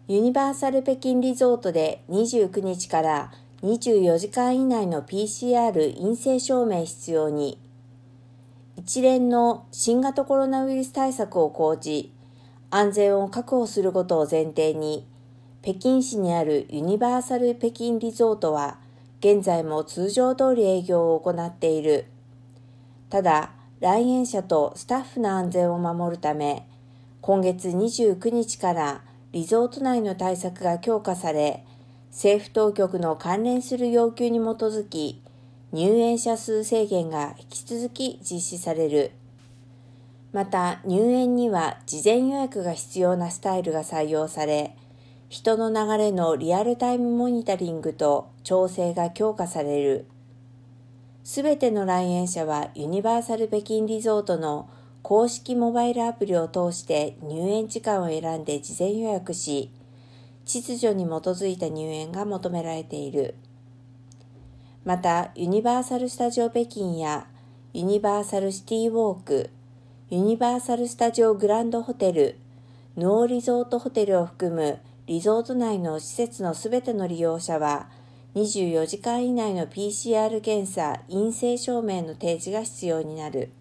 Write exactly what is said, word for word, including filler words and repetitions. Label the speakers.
Speaker 1: ユニバーサル北京リゾートでにじゅうくにちからにじゅうよじかん以内の ピーシーアール 陰性証明必要に、一連の新型コロナウイルス対策を講じ、安全を確保することを前提に、北京市にあるユニバーサル北京リゾートは現在も通常通り営業を行っている。ただ、来園者とスタッフの安全を守るため、今月にじゅうくにちからリゾート内の対策が強化され、政府当局の関連する要求に基づき、入園者数制限が引き続き実施される。また、入園には事前予約が必要なスタイルが採用され、人の流れのリアルタイムモニタリングと調整が強化される。すべての来園者はユニバーサル北京リゾートの公式モバイルアプリを通して入園時間を選んで事前予約し、秩序に基づいた入園が求められている。また、ユニバーサル・スタジオ北京やユニバーサル・シティ・ウォーク、ユニバーサル・スタジオ・グランドホテル、ノーリゾートホテルを含むリゾート内の施設のすべての利用者は、にじゅうよじかん以内の ピーシーアール 検査陰性証明の提示が必要になる。